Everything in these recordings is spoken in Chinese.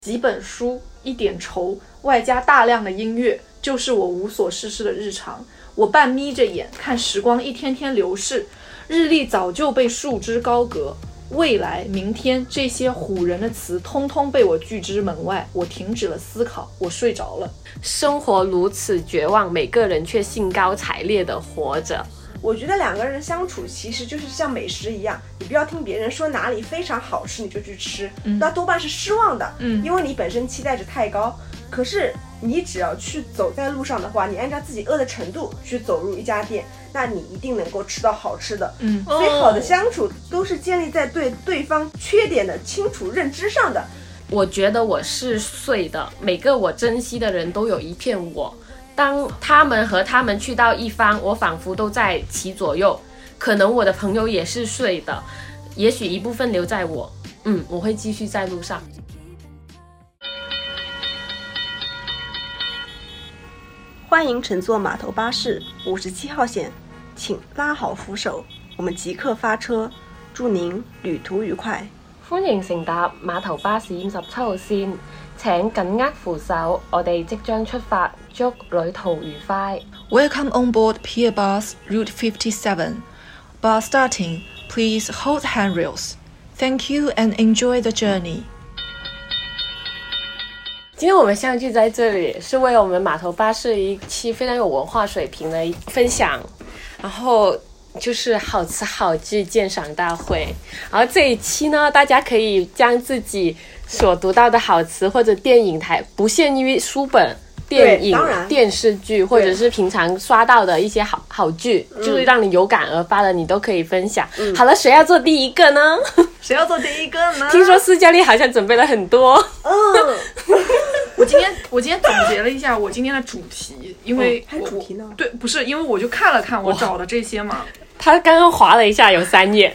几本书，一点愁，外加大量的音乐，就是我无所事事的日常。我半眯着眼看时光一天天流逝，日历早就被束之高阁，未来明天这些唬人的词通通被我拒之门外。我停止了思考，我睡着了。 生活如此绝望，每个人却兴高采烈地活着。 我觉得两个人相处其实就是像美食一样，你不要听别人说哪里非常好吃你就去吃，那多半是失望的，因为你本身期待值太高。可是你只要去走在路上的话，你按照自己饿的程度去走入一家店，那你一定能够吃到好吃的。最好的相处都是建立在对对方缺点的清楚认知上的。 我觉得我是对的，每个我珍惜的人都有一片我。当他们和他们去到一方，我仿佛都在其左右。可能我的朋友也是睡的，也许一部分留在我。我会继续在路上。 欢迎乘坐码头巴士57号线，请拉好扶手，我们即刻發車，祝您旅途愉快。 歡迎乘搭碼頭巴士57號線，請緊握扶手，我哋即將出發，祝旅途愉快。 Welcome on board Pier Bus Route 57. Bus starting, please hold handrails. Thank you and enjoy the journey. 今天我们相聚在这里，是为了我们码头巴士一期非常有文化水平的分享，然后就是好词好句鉴赏大会。然后这一期呢，大家可以将自己所读到的好词或者电影台，不限于书本、电影、电视剧，或者是平常刷到的一些好剧，就是让你有感而发的，你都可以分享。好了，谁要做第一个呢？ 谁要做第一个呢？ 听说斯嘉丽好像准备了很多。 我今天总结了一下我今天的主题，因为还有主题呢？ 对，不是因为我就看了看我找的这些嘛。 他刚刚划了一下，有3页。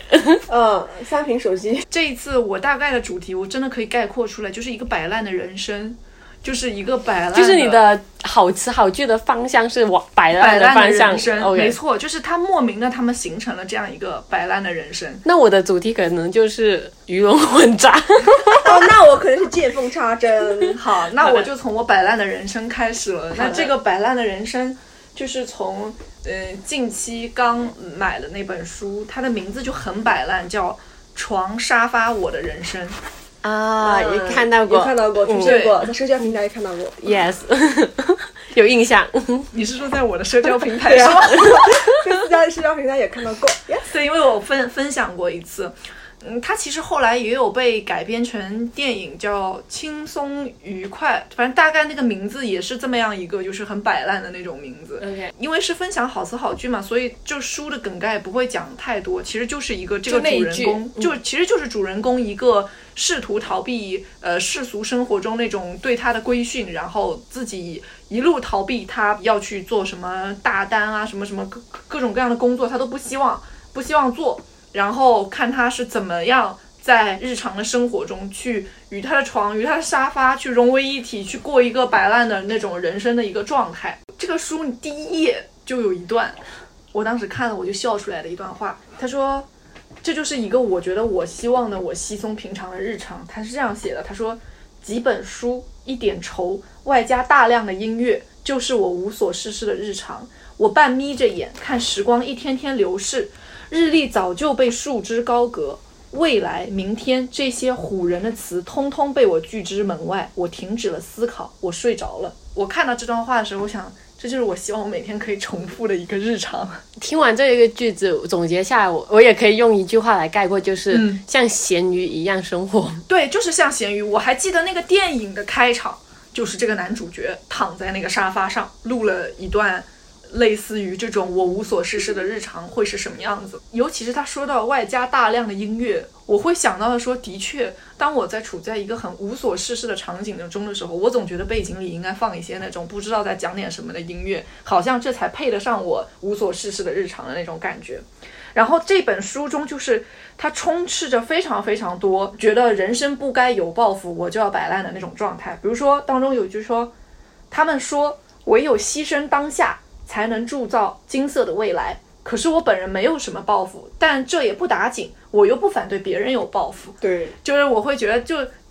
3屏手机。 这一次我大概的主题，我真的可以概括出来，就是一个摆烂的人生。就是一个摆烂的， 就是你的好词好句的方向是往摆烂的方向， 没错，就是他莫名的，他们形成了这样一个摆烂的人生。 那我的主题可能就是鱼龙混杂。 那我可能是见缝插针。 好，那我就从我摆烂的人生开始了。那这个摆烂的人生，就是从近期刚买的那本书，它的名字就很摆烂，叫《床沙发我的人生》。 也看到过， 出现过，在社交平台也看到过。 Yes， 有印象。 你是说在我的社交平台上？ 在私家的社交平台也看到过。 对，因为我分享过一次。它其实后来也有被改编成电影，叫《轻松愉快》，反正大概那个名字也是这么样一个，就是很摆烂的那种名字。 Okay. 因为是分享好词好句嘛，所以就书的梗概不会讲太多，其实就是一个这个主人公，其实就是主人公一个试图逃避世俗生活中那种对他的规训，然后自己一路逃避他要去做什么大单啊，什么什么各种各样的工作，他都不希望做。然后看他是怎么样在日常的生活中去与他的床与他的沙发去融为一体，去过一个摆烂的那种人生的一个状态。这个书第一页就有一段，我当时看了我就笑出来的一段话。他说这就是一个我觉得我希望的我稀松平常的日常。他是这样写的，他说几本书，一点愁，外加大量的音乐，就是我无所事事的日常。我半眯着眼看时光一天天流逝，日历早就被束之高阁，未来明天这些唬人的词通通被我拒之门外。我停止了思考，我睡着了。我看到这段话的时候，我想这就是我希望我每天可以重复的一个日常。 听完这一个句子总结下来，我也可以用一句话来概括，就是像咸鱼一样生活。 对，就是像咸鱼。我还记得那个电影的开场，就是这个男主角躺在那个沙发上录了一段类似于这种我无所事事的日常会是什么样子。尤其是他说到外加大量的音乐，我会想到的说，的确当我在处在一个很无所事事的场景中的时候，我总觉得背景里应该放一些那种不知道在讲点什么的音乐，好像这才配得上我无所事事的日常的那种感觉。然后这本书中就是它充斥着非常非常多觉得人生不该有抱负我就要摆烂的那种状态。比如说当中有一句说，他们说唯有牺牲当下才能铸造金色的未来，可是我本人没有什么抱负，但这也不打紧，我又不反对别人有抱负。 对， 就是我会觉得就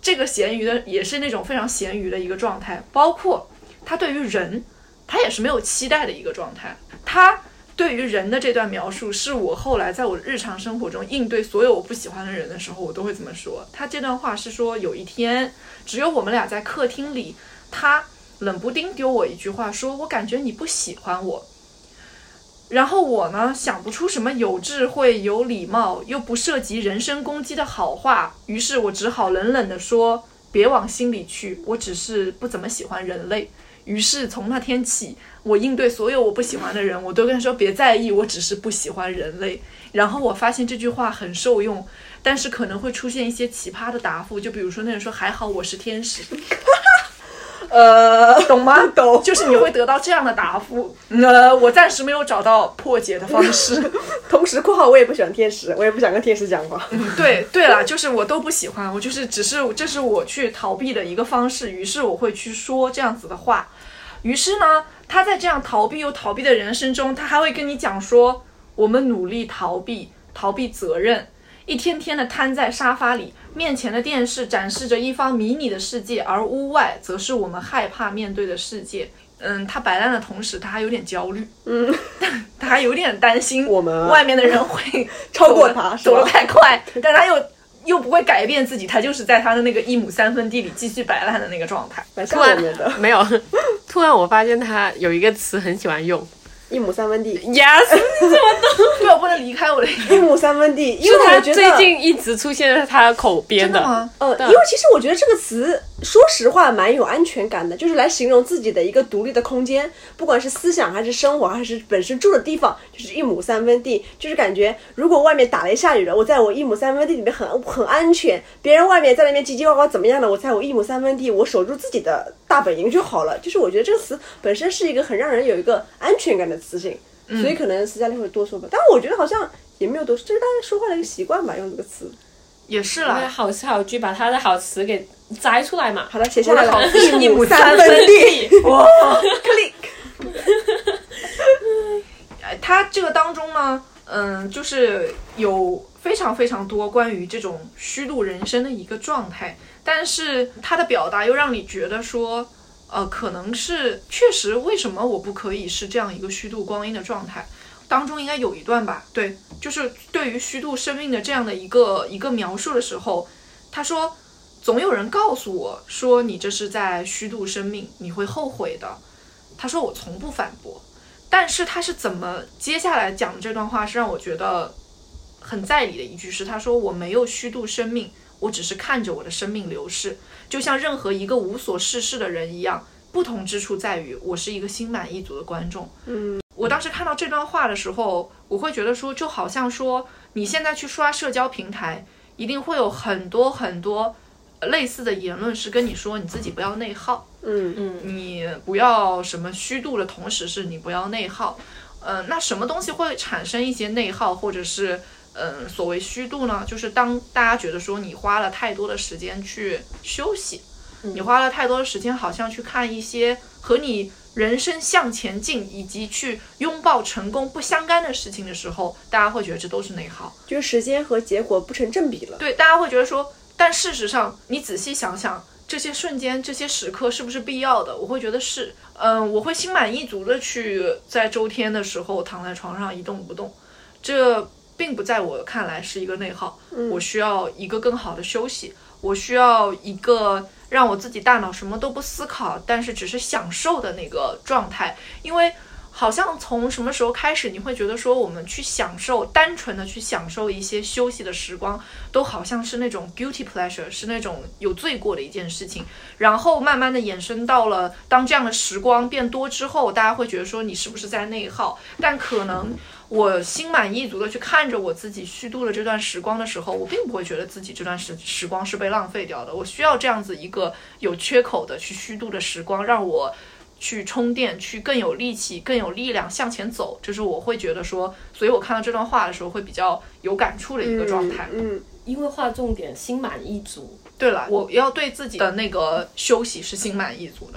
这个咸鱼的也是那种非常咸鱼的一个状态，包括他对于人，他也是没有期待的一个状态。他对于人的这段描述，是我后来在我日常生活中应对所有我不喜欢的人的时候，我都会这么说。他这段话是说，有一天只有我们俩在客厅里，他冷不丁丢我一句话，说我感觉你不喜欢我。然后我呢，想不出什么有智慧、有礼貌又不涉及人身攻击的好话，于是我只好冷冷地说，别往心里去，我只是不怎么喜欢人类。于是从那天起，我应对所有我不喜欢的人，我都跟他说别在意，我只是不喜欢人类。然后我发现这句话很受用，但是可能会出现一些奇葩的答复，就比如说那人说还好我是天使懂吗？ 懂， 就是你会得到这样的答复。我暂时没有找到破解的方式。 同时括号我也不喜欢天使，我也不想跟天使讲话。 对了，就是我都不喜欢，我就是只是这是我去逃避的一个方式，于是我会去说这样子的话。于是呢，他在这样逃避又逃避的人生中，他还会跟你讲说，我们努力逃避责任，一天天的瘫在沙发里，面前的电视展示着一方迷你的世界，而屋外则是我们害怕面对的世界。他摆烂的同时，他还有点焦虑，他还有点担心我们外面的人会超过他， 走得太快，但他又不会改变自己，他就是在他的那个1亩3分地里继续摆烂的那个状态。 突然没有，突然我发现他有一个词很喜欢用。 1亩3分地 ，yes， 这么多， 对，我不能离开我的 1亩3分地，因为他最近一直出现在他口边的。真的吗？ 因为其实我觉得这个词，说实话蛮有安全感的，就是来形容自己的一个独立的空间，不管是思想还是生活还是本身住的地方，就是1亩3分地，就是感觉如果外面打雷下雨了，我在我1亩3分地里面很安全，别人外面在那边叽叽呱呱怎么样的，我在我1亩3分地，我守住自己的大本营就好了。就是我觉得这个词本身是一个很让人有一个安全感的词性，所以可能斯嘉丽会多说吧，但我觉得好像也没有多说，这是大家说话的一个习惯吧，用这个词。 也是啦， 好词好句把他的好词给摘出来嘛。 好的，写下来了。 1 亩3分地， 哇 ，click。他这个当中呢，就是有非常非常多关于这种虚度人生的一个状态，但是他的表达又让你觉得说，可能是确实为什么我不可以是这样一个虚度光阴的状态。当中应该有一段吧，对，就是对于虚度生命的这样的一个描述的时候，他说总有人告诉我说你这是在虚度生命，你会后悔的。他说我从不反驳，但是他是怎么接下来讲的这段话是让我觉得很在理的一句，是他说我没有虚度生命，我只是看着我的生命流逝，就像任何一个无所事事的人一样，不同之处在于我是一个心满意足的观众。我当时看到这段话的时候，我会觉得说，就好像说你现在去刷社交平台，一定会有很多很多类似的言论是跟你说你自己不要内耗，你不要什么虚度的同时是你不要内耗。那什么东西会产生一些内耗或者是所谓虚度呢？就是当大家觉得说你花了太多的时间去休息，你花了太多的时间好像去看一些和你人生向前进以及去拥抱成功不相干的事情的时候，大家会觉得这都是内耗， 就是时间和结果不成正比了。 对，大家会觉得说，但事实上你仔细想想，这些瞬间这些时刻是不是必要的？我会觉得是。我会心满意足的去在周天的时候躺在床上一动不动，这并不在我看来是一个内耗。我需要一个更好的休息，我需要一个让我自己大脑什么都不思考，但是只是享受的那个状态。因为好像从什么时候开始，你会觉得说我们去享受，单纯的去享受一些休息的时光，都好像是那种 guilty pleasure， 是那种有罪过的一件事情。然后慢慢的衍生到了，当这样的时光变多之后，大家会觉得说你是不是在内耗？但可能我心满意足的去看着我自己虚度了这段时光的时候，我并不会觉得自己这段时光是被浪费掉的。我需要这样子一个有缺口的去虚度的时光，让我去充电，去更有力气更有力量向前走。这是我会觉得说，所以我看到这段话的时候会比较有感触的一个状态。 因为划重点心满意足。 对了，我要对自己的那个休息是心满意足的嘛。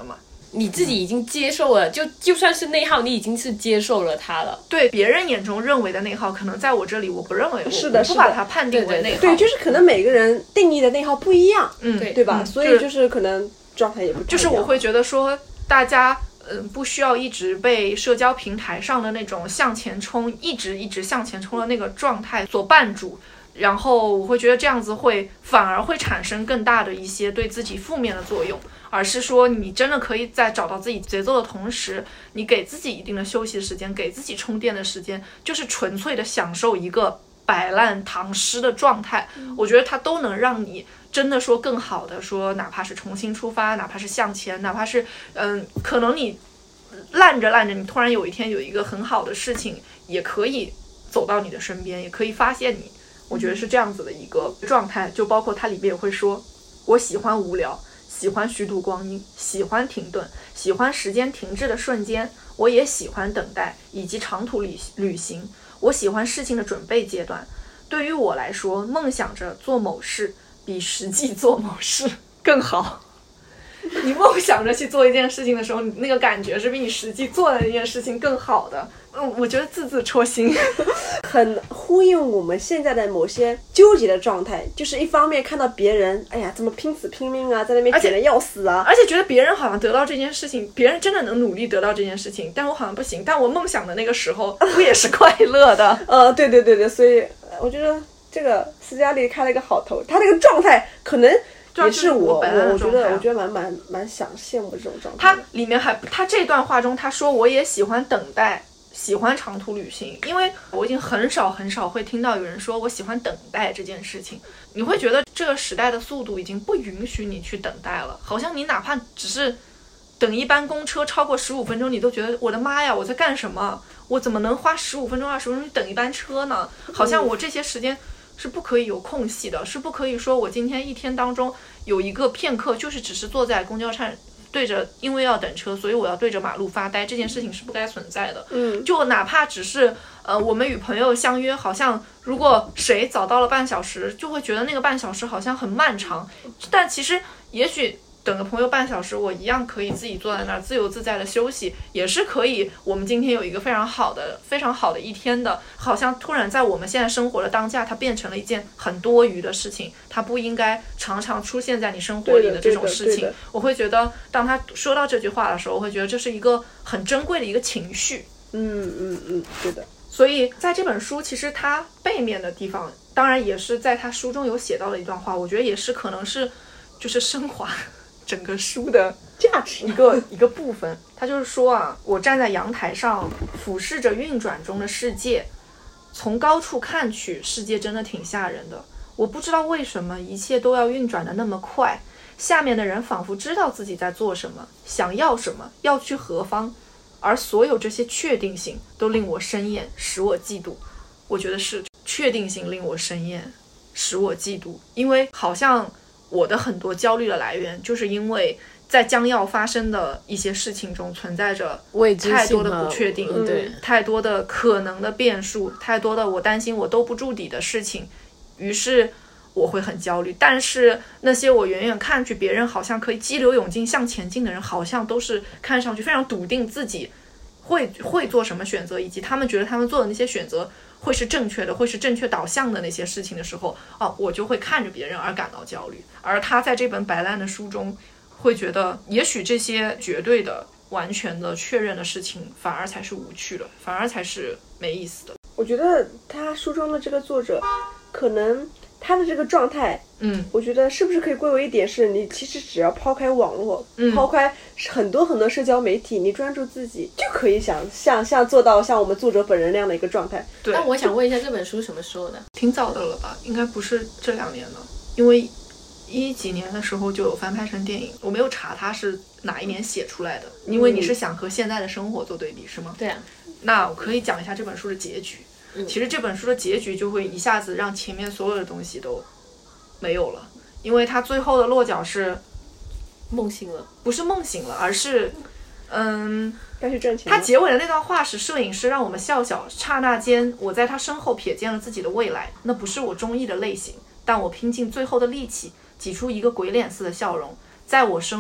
你自己已经接受了，就算是内耗，你已经是接受了它了。 对，别人眼中认为的内耗，可能在我这里我不认为， 是的， 我不把它判定为内耗。 对，就是可能每个人定义的内耗不一样，对吧？所以就是可能状态也不太一样。 就是我会觉得说，大家不需要一直被社交平台上的那种向前冲，一直向前冲的那个状态所绊住。然后我会觉得这样子反而会产生更大的一些对自己负面的作用，而是说你真的可以在找到自己节奏的同时，你给自己一定的休息时间，给自己充电的时间，就是纯粹的享受一个摆烂躺尸的状态。我觉得它都能让你真的说更好的说，哪怕是重新出发，哪怕是向前，哪怕是可能你烂着你突然有一天有一个很好的事情也可以走到你的身边，也可以发现你。我觉得是这样子的一个状态，就包括它里边也会说，我喜欢无聊，喜欢虚度光阴，喜欢停顿，喜欢时间停滞的瞬间，我也喜欢等待以及长途旅行，我喜欢事情的准备阶段。对于我来说，梦想着做某事比实际做某事更好。你梦想着去做一件事情的时候，你那个感觉是比你实际做的那件事情更好的。我觉得字字戳心， 很呼应我们现在的某些纠结的状态。就是一方面看到别人，哎呀，怎么拼死拼命啊，在那边捡的要死啊， 而且觉得别人好像得到这件事情，别人真的能努力得到这件事情，但我好像不行。但我梦想的那个时候，不也是快乐的？ 对，所以我觉得这个斯嘉丽开了一个好头，他那个状态可能。也是我觉得蛮想羡慕这种状态。 他里面他这段话中他说，我也喜欢等待，喜欢长途旅行，因为我已经很少会听到有人说我喜欢等待这件事情。你会觉得这个时代的速度已经不允许你去等待了，好像你哪怕只是等一班公车超过15分钟，你都觉得我的妈呀，我在干什么？我怎么能花15分钟20分钟去等一班车呢？好像我这些时间是不可以有空隙的，是不可以说我今天一天当中有一个片刻就是只是坐在公交站对着，因为要等车，所以我要对着马路发呆，这件事情是不该存在的。就哪怕只是我们与朋友相约，好像如果谁早到了半小时，就会觉得那个半小时好像很漫长，但其实也许等个朋友半小时，我一样可以自己坐在那儿自由自在的休息，也是可以。我们今天有一个非常好的一天的，好像突然在我们现在生活的当下，它变成了一件很多余的事情，它不应该常常出现在你生活里的这种事情。我会觉得当他说到这句话的时候，我会觉得这是一个很珍贵的一个情绪。 对的。 所以在这本书其实它背面的地方，当然也是在他书中有写到的一段话，我觉得也是可能是就是升华整个书的价值一个部分。他就是说啊，我站在阳台上俯视着运转中的世界，从高处看去，世界真的挺吓人的。我不知道为什么一切都要运转的那么快，下面的人仿佛知道自己在做什么，想要什么，要去何方，而所有这些确定性都令我生厌，使我嫉妒。我觉得是确定性令我生厌，使我嫉妒，因为好像我的很多焦虑的来源，就是因为在将要发生的一些事情中存在着太多的不确定，太多的可能的变数，太多的我担心我兜不住底的事情，于是我会很焦虑。但是那些我远远看去别人好像可以激流勇进向前进的人，好像都是看上去非常笃定自己会做什么选择，以及他们觉得他们做的那些选择会是正确的，会是正确导向的那些事情的时候，我就会看着别人而感到焦虑。而他在这本摆烂的书中会觉得，也许这些绝对的完全的确认的事情反而才是无趣的，反而才是没意思的。 我觉得他书中的这个作者可能他的这个状态，我觉得是不是可以归为一点是，你其实只要抛开网络，抛开很多社交媒体，你专注自己就可以像做到像我们作者本人那样的一个状态。 对。 那我想问一下，这本书什么时候的？ 挺早的了吧，应该不是这2年了，因为10几年的时候就有翻拍成电影。我没有查它是哪一年写出来的，因为你是想和现在的生活做对比是吗？ 对啊。 那我可以讲一下这本书的结局。其实这本书的结局就会一下子让前面所有的东西都没有了，因为它最后的落脚是梦醒了， 不是梦醒了，而是该去挣钱。 他结尾的那段话是，摄影师让我们笑笑，刹那间我在他身后瞥见了自己的未来，那不是我中意的类型，但我拼尽最后的力气挤出一个鬼脸似的笑容，在我身后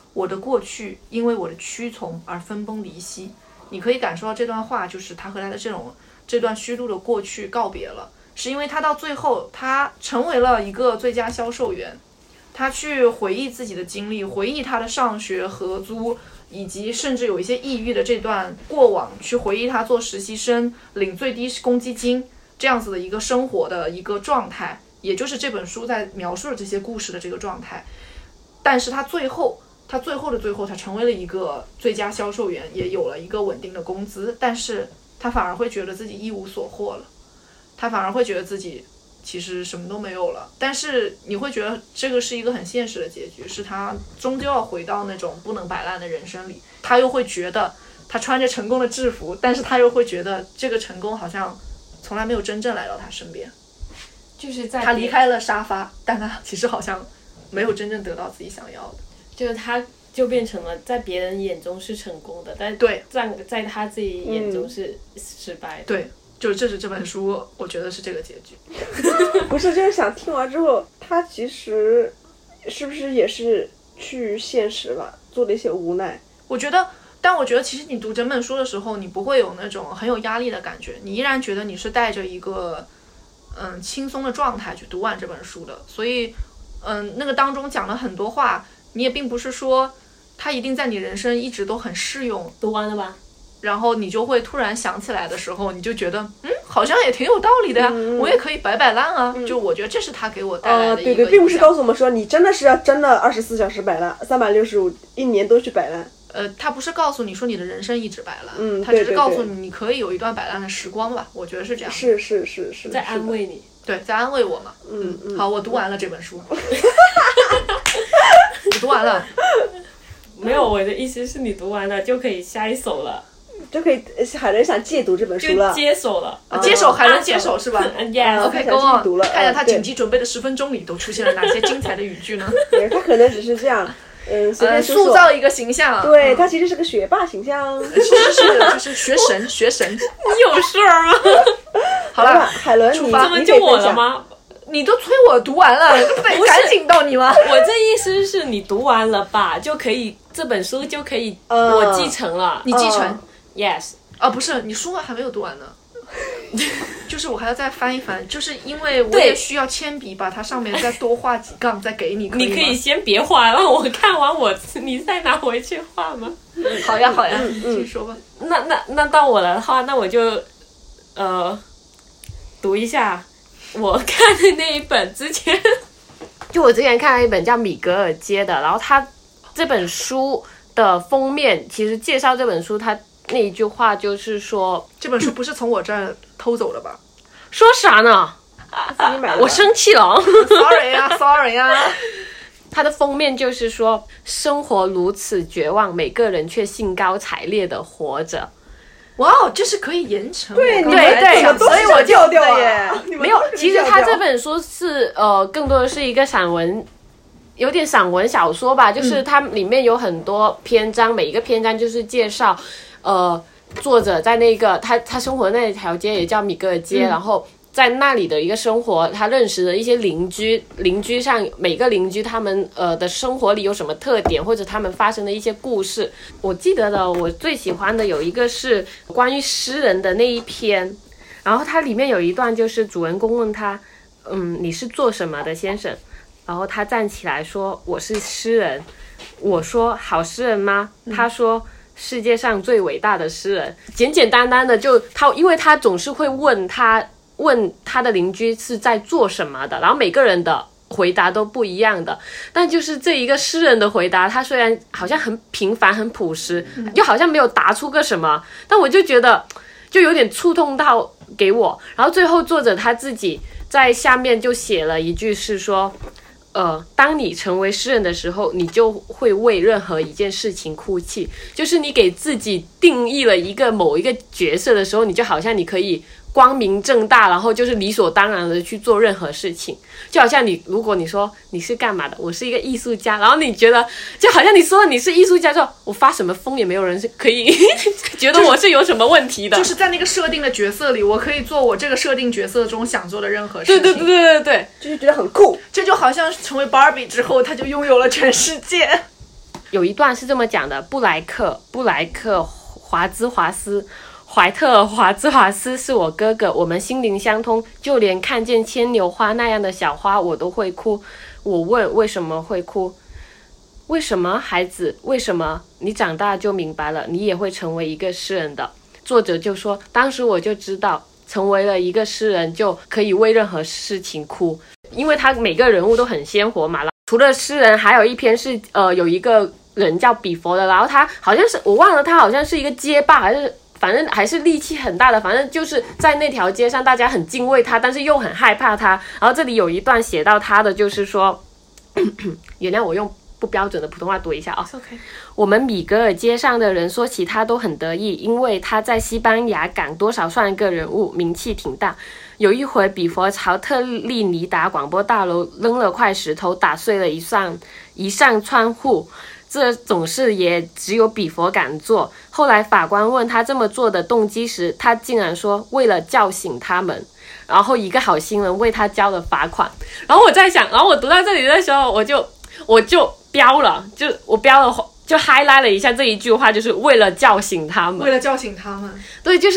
我的过去因为我的屈从而分崩离析。你可以感受到这段话就是他和他的这段虚度的过去告别了，是因为他到最后他成为了一个最佳销售员，他去回忆自己的经历，回忆他的上学、合租，以及甚至有一些抑郁的这段过往，去回忆他做实习生领最低公积金这样子的一个生活的一个状态，也就是这本书在描述的这些故事的这个状态。但是他最后他成为了一个最佳销售员，也有了一个稳定的工资，但是他反而会觉得自己一无所获了，他反而会觉得自己其实什么都没有了。但是你会觉得这个是一个很现实的结局，是他终究要回到那种不能摆烂的人生里。他又会觉得他穿着成功的制服，但是他又会觉得这个成功好像从来没有真正来到他身边， 就是在他离开了沙发，但他其实好像没有真正得到自己想要的， 就是他就变成了在别人眼中是成功的，但对， 在他自己眼中是失败的。 对，就这是这本书，我觉得是这个结局。 不是，就是想听完之后，他其实是不是也是趋于现实了，做了一些无奈。 但我觉得其实你读整本书的时候，你不会有那种很有压力的感觉，你依然觉得你是带着一个轻松的状态去读完这本书的。所以那个当中讲了很多话，你也并不是说它一定在你人生一直都很适用。 读完了吧？ 然后你就会突然想起来的时候，你就觉得好像也挺有道理的呀，我也可以摆烂啊。就我觉得这是他给我带来的一个对，并不是告诉我们说你真的是要真的24小时摆烂，365一年都去摆烂。 他不是告诉你说你的人生一直摆烂，他只是告诉你你可以有一段摆烂的时光吧。我觉得是这样。 是在安慰你。 对，在安慰我嘛。好，我读完了这本书。我读完了。 没有，我的意思是你读完了就可以下一手了， 就可以海伦想戒读这本书了， 就接手了， 接手海伦接手是吧 ？Yes。 OK， go on。看一下他紧急准备的10分钟里都出现了哪些精彩的语句呢？ 对，他可能只是这样。 塑造一个形象， 对，他其实是个学霸形象， 就是学神。 你有事儿吗？ 好了， 海伦， 出发， 怎么就我了吗？ 你都催我读完了，不得赶紧到你吗？ 我这意思是你读完了吧，就可以这本书就可以我继承了。 你继承 ？Yes。 不是，你书还没有读完呢。就是我还要再翻一翻，就是因为我也需要铅笔把它上面再多画几杠再给你， 你可以先别画，让我看完你再拿回去画吗？ 好呀，继续说吧。 那到我的话，那我就读一下我看的那一本之前，就我之前看了一本叫米格尔街的，然后他这本书的封面其实介绍这本书，他那一句话就是说， 这本书不是从我这儿偷走的吧？ 说啥呢？我生气了。 Sorry 呀。 它的封面就是说，生活如此绝望，每个人却兴高采烈的活着。 哇哦，这是可以严惩。 对， 所以我就掉耶。 没有，其实他这本书是更多的是一个散文。有点散文小说吧，就是它里面有很多篇章，每一个篇章就是介绍作者在那个他生活的那条街也叫米格尔街，然后在那里的一个生活，他认识的一些邻居上每个邻居他们的生活里有什么特点，或者他们发生的一些故事。我记得的我最喜欢的有一个是关于诗人的那一篇，然后它里面有一段就是主人公问他你是做什么的先生，然后他站起来说我是诗人。我说好诗人吗？他说世界上最伟大的诗人。简简单单的就因为他总是会问他的邻居是在做什么的，然后每个人的回答都不一样的，但就是这一个诗人的回答，他虽然好像很平凡很朴实，又好像没有答出个什么，但我就觉得就有点触动到给我。然后最后作者他自己在下面就写了一句是说当你成为诗人的时候，你就会为任何一件事情哭泣。就是你给自己定义了某一个角色的时候，你就好像你可以光明正大，然后就是理所当然的去做任何事情。就好像如果你说你是干嘛的，我是一个艺术家，然后你觉得就好像你说你是艺术家之后，我发什么疯也没有人是可以觉得我是有什么问题的， 就是在那个设定的角色里，我可以做我这个设定角色中想做的任何事情。 对，就是觉得很酷。 这就好像成为 Barbie 之后，他就拥有了全世界。 有一段是这么讲的：布莱克、华兹华斯、怀特、华兹华斯是我哥哥，我们心灵相通，就连看见牵牛花那样的小花我都会哭。我问为什么会哭？为什么孩子？为什么？你长大就明白了，你也会成为一个诗人的。作者就说，当时我就知道，成为了一个诗人就可以为任何事情哭，因为他每个人物都很鲜活嘛。除了诗人，还有一篇是有一个人叫比佛的，然后他好像是我忘了，他好像是一个街霸还是。反正还是力气很大的，反正就是在那条街上，大家很敬畏他，但是又很害怕他。然后这里有一段写到他的，就是说，原谅我用不标准的普通话读一下啊。 Okay. 我们米格尔街上的人说起他都很得意，因为他在西班牙港多少算一个人物，名气挺大。有一回，比佛朝特立尼达广播大楼扔了块石头，打碎了一扇窗户。这种事也只有比佛敢做。后来法官问他这么做的动机时，他竟然说为了叫醒他们，然后一个好心人为他交了罚款。然后我在想，然后我读到这里的时候，我就标了，我标了，就 highlight 了一下这一句话，就是为了叫醒他们。 为了叫醒他们， 对，就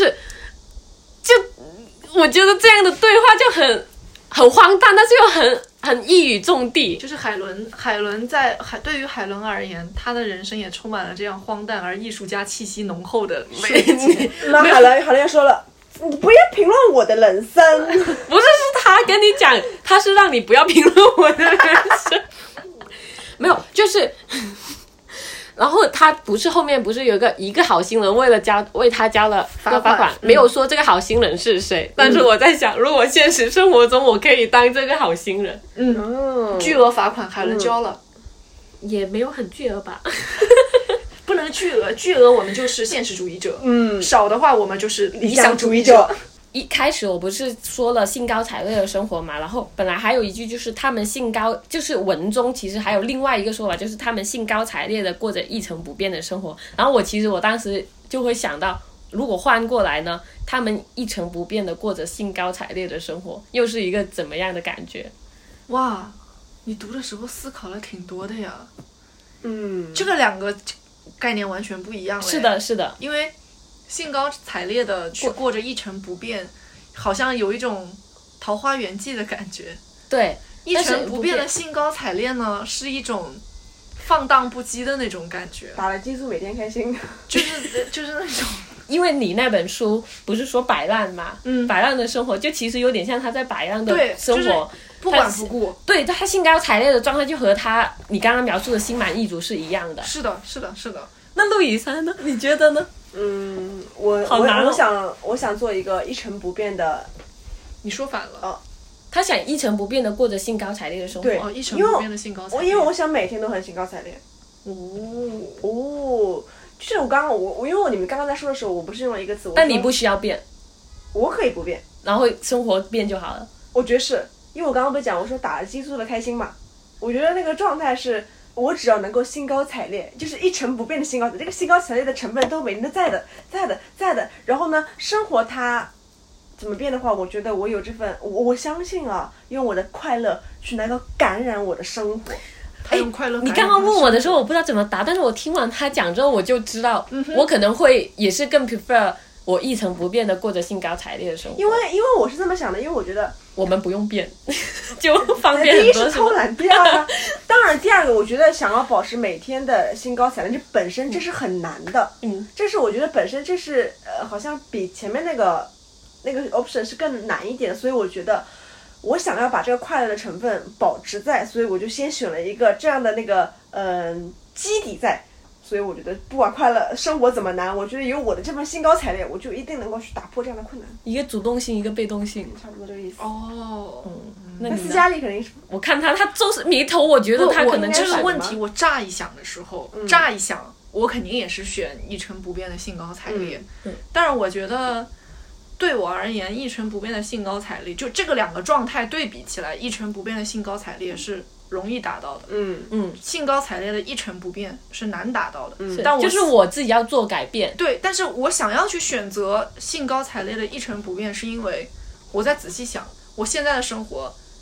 我觉得这样的对话就很荒诞，但是又很一语中的。 就是海伦对于海伦而言，他的人生也充满了这样荒诞而艺术家气息浓厚的瞬间。 那海伦要说了，你不要评论我的人生。 不是他跟你讲，他是让你不要评论我的人生。没有，就是然后他不是后面不是有一个好心人为他交了罚款，没有说这个好心人是谁，但是我在想，如果现实生活中我可以当这个好心人， 巨额罚款海伦交了， 也没有很巨额吧。 不能巨额我们就是现实主义者，少的话我们就是理想主义者。 一开始我不是说了兴高采烈的生活嘛，然后本来还有一句就是他们就是文中其实还有另外一个说法，就是他们兴高采烈的过着一成不变的生活。然后我当时就会想到，如果换过来呢，他们一成不变的过着兴高采烈的生活，又是一个怎么样的感觉？ 哇，你读的时候思考了挺多的呀。这个两个概念完全不一样了。 是的， 因为兴高采烈的去过着一成不变，好像有一种桃花源记的感觉。 对， 一成不变的兴高采烈呢，是一种放荡不羁的那种感觉。 打了激素每天开心， 就是那种。 因为你那本书不是说摆烂嘛，摆烂的生活就其实有点像他在摆烂的生活， 就是不管不顾。 对，他兴高采烈的状态就和你刚刚描述的心满意足是一样的。 是的。 那陆以山呢？你觉得呢？ 我想做一个一成不变的。 你说反了。 他想一成不变的过着兴高采烈的生活。 对，一成不变的兴高采烈。 因为我想每天都很兴高采烈。就是因为你们刚刚在说的时候，我不是用了一个词。 但你不需要变。 我可以不变， 然后生活变就好了。 我觉得是因为我刚刚不是讲，我说打了激素的开心嘛。我觉得那个状态是。我只要能够兴高采烈，就是一成不变的兴高采烈，这个兴高采烈的成分都每天都在的。然后呢，生活它怎么变的话，我觉得我有这份，我相信啊，用我的快乐去能够感染我的生活。 他用快乐感染。 你刚刚问我的时候，我不知道怎么答，但是我听完他讲之后，我就知道，我可能会也是更 prefer 我一成不变的过着兴高采烈的生活。 因为我是这么想的，因为我觉得我们不用变，就方便很多。 第一是偷懒，第二当然第二个，我觉得想要保持每天的兴高采烈，这本身这是很难的。这是我觉得本身这是好像比前面那个 option 是更难一点，所以我觉得我想要把这个快乐的成分保持在，所以我就先选了一个这样的那个基底在。所以我觉得不管快乐生活怎么难，我觉得有我的这份兴高采烈，我就一定能够去打破这样的困难。 一个主动性，一个被动性， 差不多这个意思。 那斯嘉丽肯定是， 我看他就是迷头，我觉得他可能这个问题，我乍一想的时候，我肯定也是选一成不变的兴高采烈。但是我觉得对我而言，一成不变的兴高采烈，就这个两个状态对比起来，一成不变的兴高采烈是容易达到的。兴高采烈的一成不变是难达到的。但就是我自己要做改变。 对，但是我想要去选择兴高采烈的一成不变，是因为我在仔细想，我现在的生活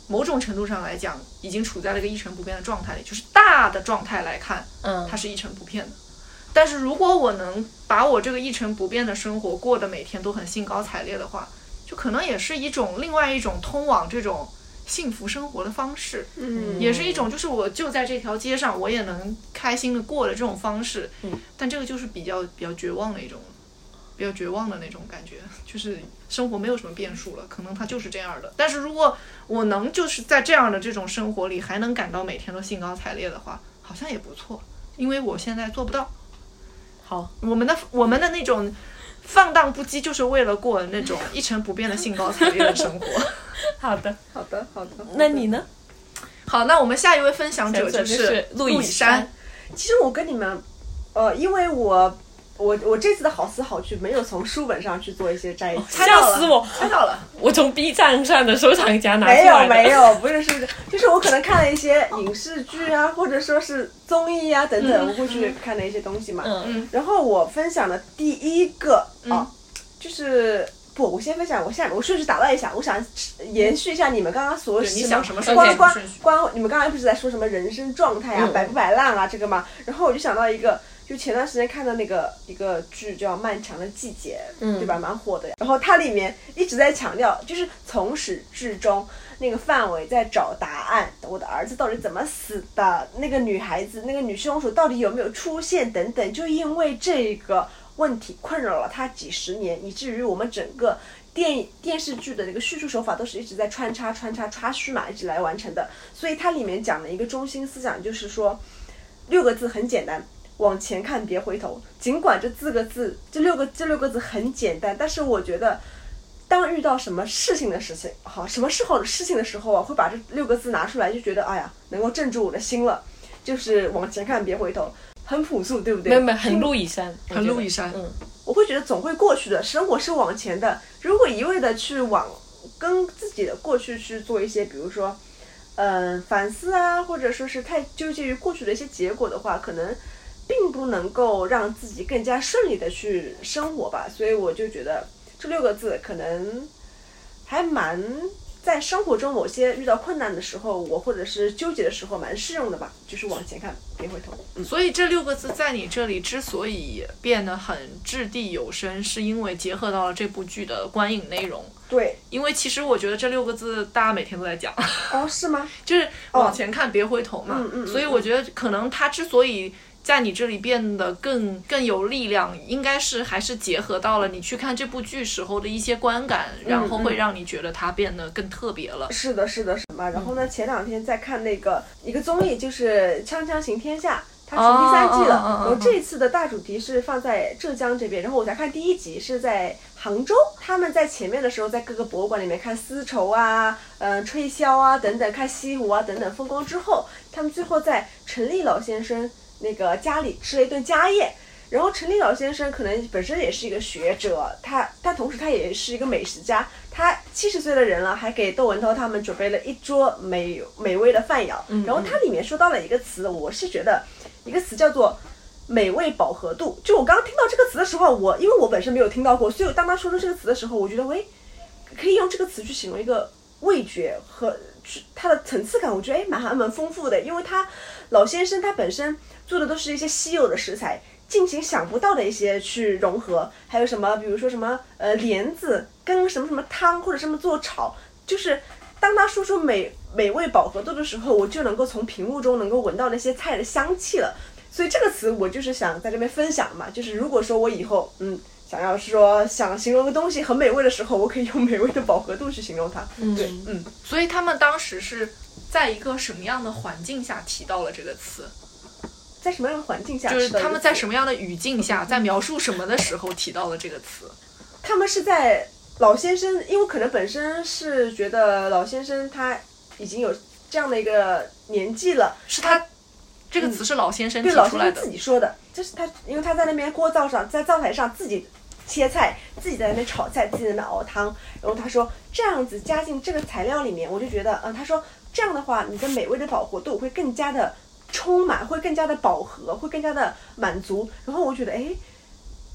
某种程度上来讲已经处在了一个一成不变的状态里，就是大的状态来看，它是一成不变的。但是如果我能把我这个一成不变的生活过得每天都很兴高采烈的话，就可能也是另外一种通往这种幸福生活的方式，也是一种就是我就在这条街上我也能开心的过的这种方式，但这个就是比较绝望的一种，比较绝望的那种感觉，就是生活没有什么变数了，可能它就是这样的。但是如果我能就是在这样的这种生活里还能感到每天都兴高采烈的话，好像也不错，因为我现在做不到。 好， 我们的那种放荡不羁，就是为了过那种一成不变的兴高采烈的生活。 好的， 好的，好的。 那你呢？ 好，那我们下一位分享者就是陆以山。 其实我跟你们，因为我这次的好词好句没有从书本上去做一些摘记， 笑死我！ 猜到了， 我从 B 站上的收藏夹拿出来的。 没有，不是，就是我可能看了一些影视剧啊，或者说是综艺啊等等，我会去看的一些东西嘛。然后我分享的第一个就是我先分享，我顺序打乱一下，我想延续一下你们刚刚所你想什么关你们刚刚不是在说什么人生状态啊，摆不摆烂啊这个嘛，然后我就想到一个。就前段时间看的一个剧叫《漫长的季节》，对吧？蛮火的。然后它里面一直在强调，就是从始至终，那个范伟在找答案，我的儿子到底怎么死的？那个女孩子，那个女凶手到底有没有出现？等等，就因为这个问题困扰了他几十年，以至于我们整个电视剧的那个叙述手法都是一直在穿插叙嘛，一直来完成的。所以它里面讲的一个中心思想就是说，6个字很简单。往前看，别回头。尽管这六个字很简单，但是我觉得，当遇到什么事情的时候啊，会把这6个字拿出来，就觉得哎呀，能够镇住我的心了。就是往前看，别回头，很朴素，对不对？ 没有，很陆以山， 很陆以山。 我会觉得总会过去的，生活是往前的。如果一味的去跟自己的过去去做一些，比如说，反思啊，或者说是太纠结于过去的一些结果的话，可能并不能够让自己更加顺利的去生活吧。所以我就觉得这6个字可能还蛮在生活中某些遇到困难的时候，我或者是纠结的时候蛮适用的吧，就是往前看，别回头。 所以这6个字在你这里之所以变得很掷地有声，是因为结合到了这部剧的观影内容。 对， 因为其实我觉得这6个字大家每天都在讲。 哦，是吗？ 就是往前看，别回头嘛。所以我觉得可能它之所以在你这里变得更有力量，应该是还是结合到了你去看这部剧时候的一些观感，然后会让你觉得它变得更特别了。 是的，然后呢，前2天在看那个一个综艺，就是《锵锵行天下》，它出第3季了。然后这次的大主题是放在浙江这边，然后我才看第1集是在杭州。他们在前面的时候，在各个博物馆里面看丝绸啊、吹箫啊等等，看西湖啊等等风光之后，他们最后在陈立老先生那个家里吃了一顿家宴。然后陈立老先生可能本身也是一个学者，他同时他也是一个美食家，他70岁的人了，还给窦文涛他们准备了一桌美味的饭肴。然后他里面说到了一个词，我是觉得一个词叫做美味饱和度。就我刚刚听到这个词的时候，因为我本身没有听到过，所以当他说出这个词的时候，我觉得可以用这个词去形容一个味觉和它的层次感，我觉得蛮丰富的。因为他老先生他本身做的都是一些稀有的食材，进行想不到的一些去融合，还有什么比如说什么莲子跟什么汤或者什么做炒，就是当他说出美味饱和度的时候，我就能够从屏幕中能够闻到那些菜的香气了。所以这个词我就是想在这边分享嘛，就是如果说我以后想形容个东西很美味的时候，我可以用美味的饱和度去形容它。对， 所以他们当时是在一个什么样的环境下提到了这个词？ 在什么样的环境下？ 就是他们在什么样的语境下，在描述什么的时候提到了这个词？ 他们是在老先生，因为可能本身是觉得老先生他已经有这样的一个年纪了， 是他这个词是老先生提出来的， 对，老先生自己说的，就是他，因为他在那边锅灶上，在灶台上自己切菜，自己在那边炒菜，自己在那边熬汤，然后他说这样子加进这个材料里面，我就觉得，他说这样的话，你的美味的饱和度会更加的充满，会更加的饱和，会更加的满足。然后我觉得，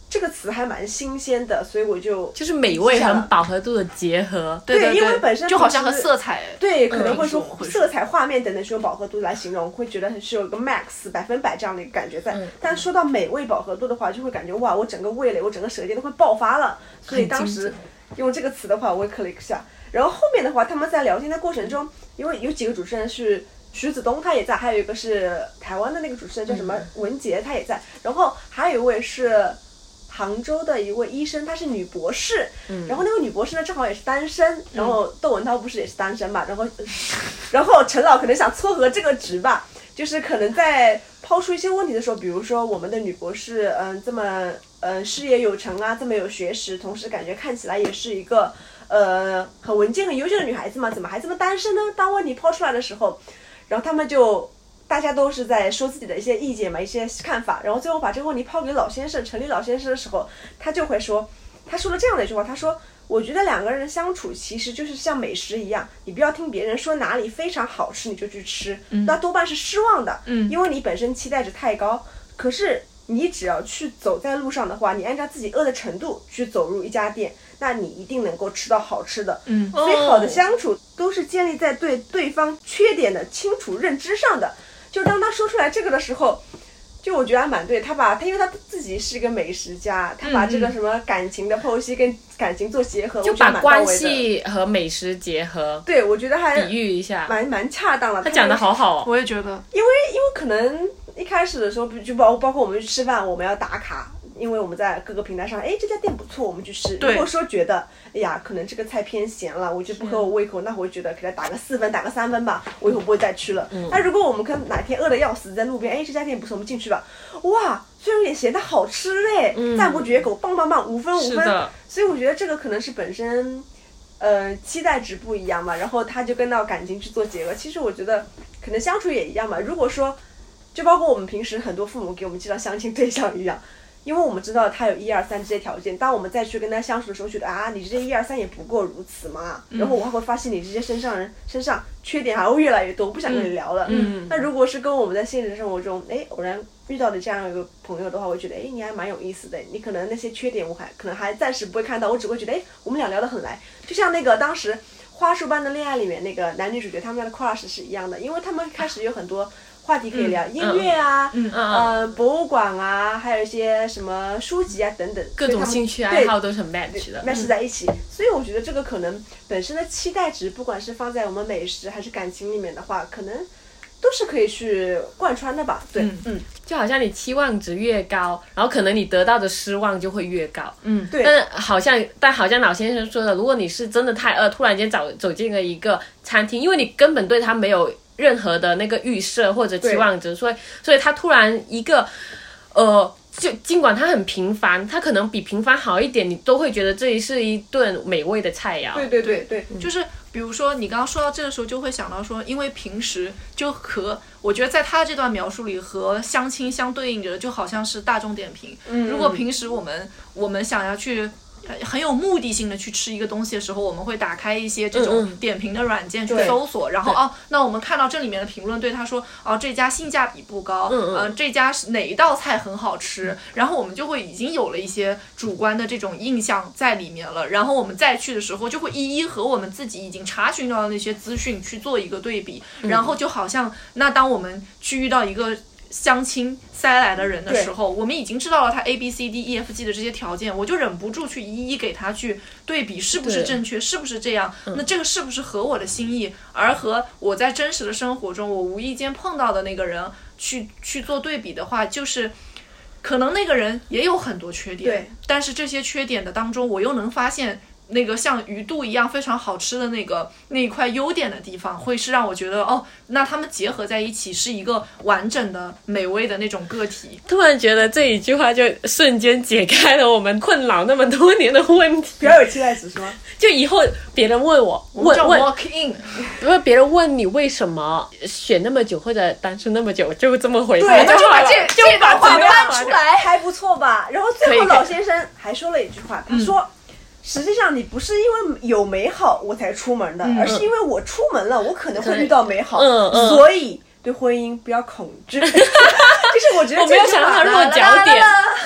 这个词还蛮新鲜的，所以我就是美味和饱和度的结合。 对，因为本身就好像和色彩， 对，可能会说色彩、画面等等是用饱和度来形容，会觉得是有一个 max 100%这样的一个感觉在。但说到美味饱和度的话，就会感觉哇，我整个味蕾，我整个舌尖都会爆发了。所以当时用这个词的话，我也磕了一下。然后后面的话，他们在聊天的过程中，因为有几个主持人是徐子东，他也在，还有一个是台湾的那个主持人叫什么文杰，他也在，然后还有一位是杭州的一位医生，她是女博士，然后那位女博士呢正好也是单身，然后窦文涛不是也是单身嘛，然后陈老可能想撮合这个局吧，就是可能在抛出一些问题的时候，比如说我们的女博士这么事业有成啊，这么有学识，同时感觉看起来也是一个很文静很优秀的女孩子嘛，怎么还这么单身呢？当问题抛出来的时候，然后他们就大家都是在说自己的一些意见嘛，一些看法，然后最后把这个问题抛给老先生陈立老先生的时候，他就会说，他说了这样的一句话，他说我觉得两个人相处其实就是像美食一样，你不要听别人说哪里非常好吃你就去吃，那多半是失望的，因为你本身期待值太高，可是你只要去走在路上的话，你按照自己饿的程度去走入一家店，那你一定能够吃到好吃的。所以好的相处都是建立在对对方缺点的清楚认知上的。就当他说出来这个的时候，就我觉得还蛮对，他因为他自己是一个美食家，他把这个什么感情的剖析跟感情做结合， 就把关系和美食结合。 对，我觉得还比喻一下， 蛮恰当的。 他讲的好好， 我也觉得， 因为可能一开始的时候就包括我们去吃饭，我们要打卡。因为我们在各个平台上，这家店不错，我们去吃。如果说觉得，哎呀，可能这个菜偏咸了，我就不合我胃口，那我觉得给他打个4分，打个3分吧，我以后不会再去了。那如果我们哪天饿得要死，在路边，这家店不错，我们进去吧。哇，虽然有点咸，但好吃嘞，赞不绝口，棒棒棒，5分5分。所以我觉得这个可能是本身，期待值不一样嘛，然后他就跟到感情去做结合。其实我觉得可能相处也一样嘛。如果说，就包括我们平时很多父母给我们介绍相亲对象一样。因为我们知道他有1、2、3这些条件，当我们再去跟他相处的时候，觉得你这1、2、3也不过如此嘛，然后我还会发现你这些身上缺点还会越来越多，我不想跟你聊了。那如果是跟我们在现实生活中，偶然遇到的这样一个朋友的话，我觉得你还蛮有意思的，你可能那些缺点我可能还暂时不会看到，我只会觉得我们俩聊得很来，就像那个当时花束般的恋爱里面那个男女主角他们家的 crush 是一样的，因为他们开始有很多话题可以聊，音乐啊，博物馆啊，还有一些什么书籍啊等等， 各种兴趣爱好都是很 match 的 ，match 在一起。所以我觉得这个可能本身的期待值，不管是放在我们美食还是感情里面的话，可能都是可以去贯穿的吧。对， 就好像你期望值越高，然后可能你得到的失望就会越高。 对。 但好像老先生说的，如果你是真的太饿，突然间走进了一个餐厅，因为你根本对他没有任何的那个预设或者期望值，所以他突然一个就尽管它很平凡，它可能比平凡好一点，你都会觉得这里是一顿美味的菜肴。 对， 就是比如说你刚刚说到这个时候，就会想到说，因为平时就和我觉得在他这段描述里和相亲相对应着的，就好像是大众点评。如果平时我们想要去很有目的性的去吃一个东西的时候，我们会打开一些这种点评的软件去搜索，然后那我们看到这里面的评论对他说这家性价比不高，这家哪一道菜很好吃，然后我们就会已经有了一些主观的这种印象在里面了，然后我们再去的时候就会一一和我们自己已经查询到的那些资讯去做一个对比，然后就好像那当我们去遇到一个相亲塞来的人的时候，我们已经知道了他 ABCDEFG 的这些条件，我就忍不住去一一给他去对比是不是正确，是不是这样，那这个是不是合我的心意，而和我在真实的生活中我无意间碰到的那个人去做对比的话，就是可能那个人也有很多缺点，但是这些缺点的当中我又能发现那个像鱼肚一样非常好吃的那一块优点的地方，会是让我觉得那他们结合在一起是一个完整的美味的那种个体。 突然觉得这一句话就瞬间解开了我们困扰那么多年的问题。 不要有期待值是吗？ 就以后别人问我叫 walk in， 如果别人问你为什么选那么久或者单身那么久，就这么回答， 对， 就把这段话搬出来，还不错吧？然后最后老先生还说了一句话，他说实际上你不是因为有美好我才出门的，而是因为我出门了我可能会遇到美好，所以对婚姻不要恐惧。就是我觉得我没有想到他落脚点，他落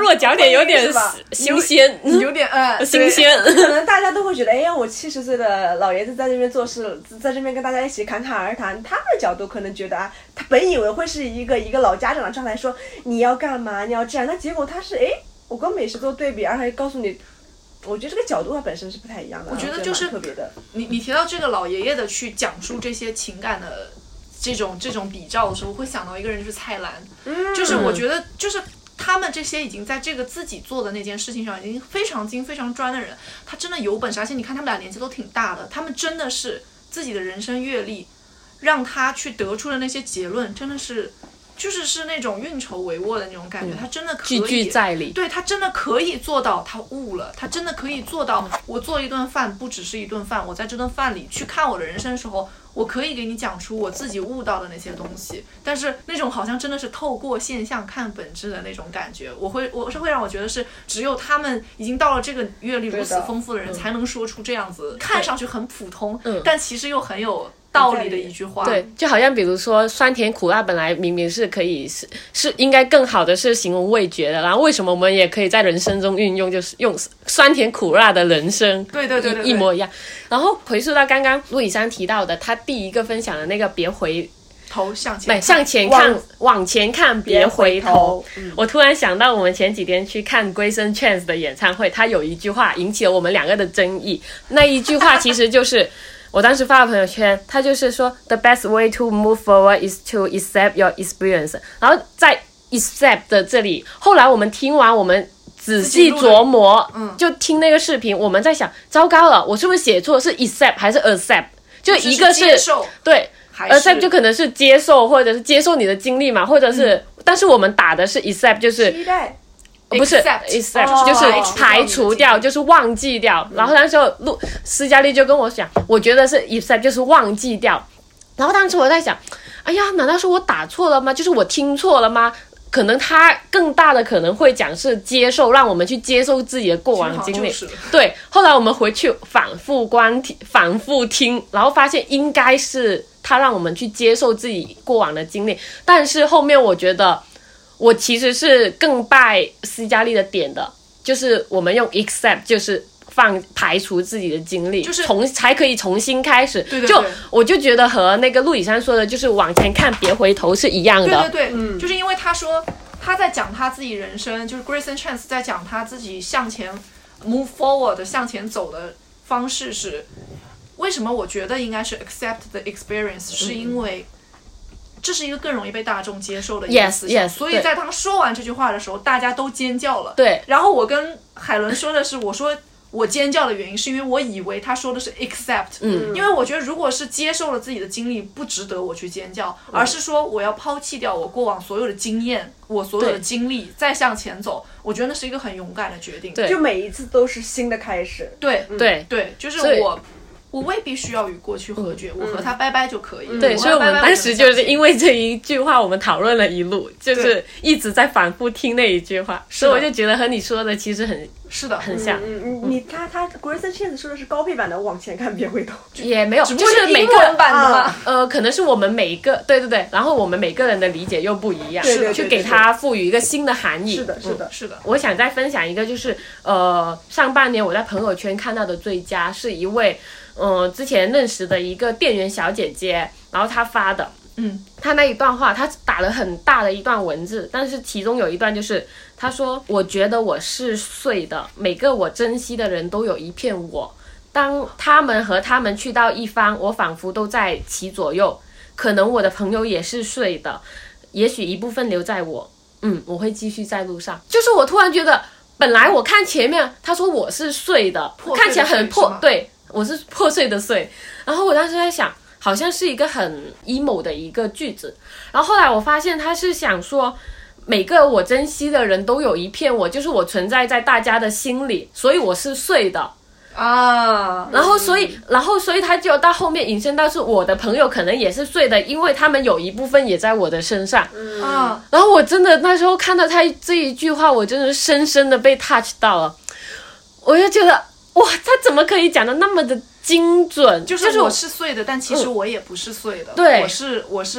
落脚点有点新鲜， 有点新鲜。 可能大家都会觉得，哎呀，我70岁的老爷子在这边做事，在这边跟大家一起侃侃而谈，他们的角度可能觉得啊，他本以为会是一个老家长上来说你要干嘛，你要这样，那结果他是我跟美食做对比，而且告诉你。我觉得这个角度它本身是不太一样的， 我觉得就是特别的。 你提到这个老爷爷的去讲述这些情感的这种比照的时候，我会想到一个人就是蔡澜，就是我觉得就是他们这些已经在这个自己做的那件事情上已经非常精非常专的人，他真的有本事，而且你看他们俩年纪都挺大的，他们真的是自己的人生阅历让他去得出的那些结论，真的是。就是那种运筹帷幄的那种感觉，他真的可以句句在理。 对，他真的可以做到，他悟了，他真的可以做到。我做一顿饭不只是一顿饭，我在这顿饭里去看我的人生的时候，我可以给你讲出我自己悟到的那些东西。但是那种好像真的是透过现象看本质的那种感觉，我是会让我觉得是只有他们已经到了这个阅历如此丰富的人，才能说出这样子看上去很普通，但其实又很有。道理的一句话， 对，就好像比如说酸甜苦辣本来明明是可以是应该更好的是形容味觉的，然后为什么我们也可以在人生中运用，就是用酸甜苦辣的人生， 对， 一模一样。然后回溯到刚刚陆以山提到的，他第一个分享的那个别回头向前看，往前看，别回头。我突然想到，我们前几天去看 Grayson Chance 的演唱会，他有一句话引起了我们两个的争议。那一句话其实就是我当时发了朋友圈，他就是说 The best way to move forward is to accept your experience。然后在 accept 的这里，后来我们听完，我们仔细琢磨，就听那个视频，我们在想，糟糕了，我是不是写错？是 accept 还是 accept？ 就一个是对。accept 就可能是接受，或者是接受你的经历嘛，或者是，但是我们打的是 accept， 就是不是 accept， 就是排除掉，就是忘记掉。然后那时候施佳丽就跟我讲，我觉得是 accept 就是忘记掉。然后当时我在想，哎呀，难道是我打错了吗？就是我听错了吗？可能他更大的可能会讲是接受，让我们去接受自己的过往经历。对，后来我们回去反复听，然后发现应该是他让我们去接受自己过往的经历。但是后面我觉得我其实是更拜施佳丽的点的，就是我们用 accept 就是排除自己的经历， 就是才可以重新开始。 对， 就我就觉得和那个陆以山说的，就是往前看别回头是一样的。 对，就是因为他说他在讲他自己人生，就是 Grayson Chance 在讲他自己向前 move forward 的向前走的方式是，为什么我觉得应该是 accept the experience，是因为这是一个更容易被大众接受的一个思想，所以在他说完这句话的时候，大家都尖叫了。 对， 然后我跟海伦说的是，我说我尖叫的原因是因为我以为他说的是 accept，因为我觉得如果是接受了自己的经历，不值得我去尖叫，而是说我要抛弃掉我过往所有的经验，我所有的经历，再向前走。我觉得那是一个很勇敢的决定。 对， 就每一次都是新的开始。 对，就是我未必需要与过去和解，我和他拜拜就可以。 对，所以我们当时就是因为这一句话，我们讨论了一路，就是一直在反复听那一句话，所以我就觉得和你说的其实很像。 他 Grayson Chance 说的是高配版的往前看别回头， 也没有， 就是每个人版的嘛。 可能是我们每一个对，然后我们每个人的理解又不一样，去给它赋予一个新的含义。 是的。 我想再分享一个，就是上半年我在朋友圈看到的最佳是一位之前认识的一个店员小姐姐，然后她发的，她那一段话，她打了很大的一段文字，但是其中有一段就是她说，我觉得我是碎的，每个我珍惜的人都有一片我，当他们和他们去到一方，我仿佛都在其左右，可能我的朋友也是碎的，也许一部分留在我，我会继续在路上。就是我突然觉得，本来我看前面他说我是碎的，看起来很破，对，我是破碎的碎，然后我当时在想，好像是一个很 emo 的一个句子，然后后来我发现他是想说，每个我珍惜的人都有一片我，就是我存在在大家的心里，所以我是碎的啊。 然后所以他就到后面引申到是我的朋友可能也是碎的，因为他们有一部分也在我的身上。然后我真的那时候看到他这一句话，我真的深深的被 touch 到了，我就觉得哇，他怎么可以讲的那么的精准？ 就是我是碎的，但其实我也不是碎的。 对， 我是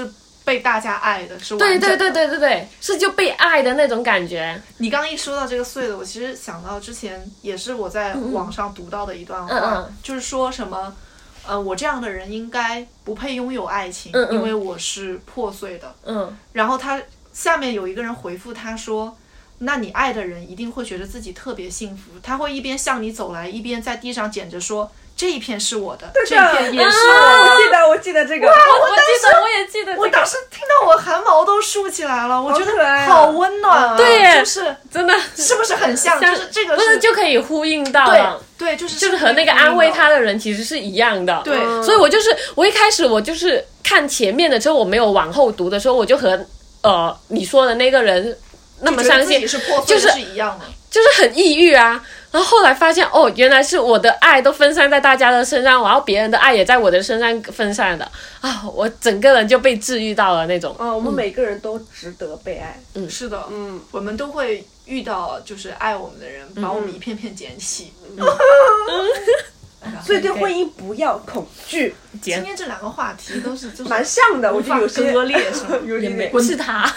被大家爱的，是完整的。 对，是就被爱的那种感觉。 你刚一说到这个碎的，我其实想到之前也是我在网上读到的一段话，就是说什么，我这样的人应该不配拥有爱情，因为我是破碎的。然后他下面有一个人回复他说，那你爱的人一定会觉得自己特别幸福，他会一边向你走来，一边在地上捡着说，这一片是我的，这一片也是我的。 我记得这个。 我也记得这个。 我当时听到我汗毛都竖起来了，我觉得好温暖啊！ 对， 就是真的， 是不是很像？就是这个不是就可以呼应到了。 对，就是和那个安慰他的人其实是一样的。 对， 所以我一开始我就是看前面的时候，我没有往后读的时候，我就和你说的那个人那么相信， 就是一样的， 就是很抑郁啊。然后后来发现原来是我的爱都分散在大家的身上，然后别人的爱也在我的身上分散的啊，我整个人就被治愈到了那种。 我们每个人都值得被爱。 是的，我们都会遇到就是爱我们的人，把我们一片片捡起。 所以对婚姻不要恐惧。 今天这两个话题都是蛮像的，我觉得有些割裂，是吗？ 有点是他。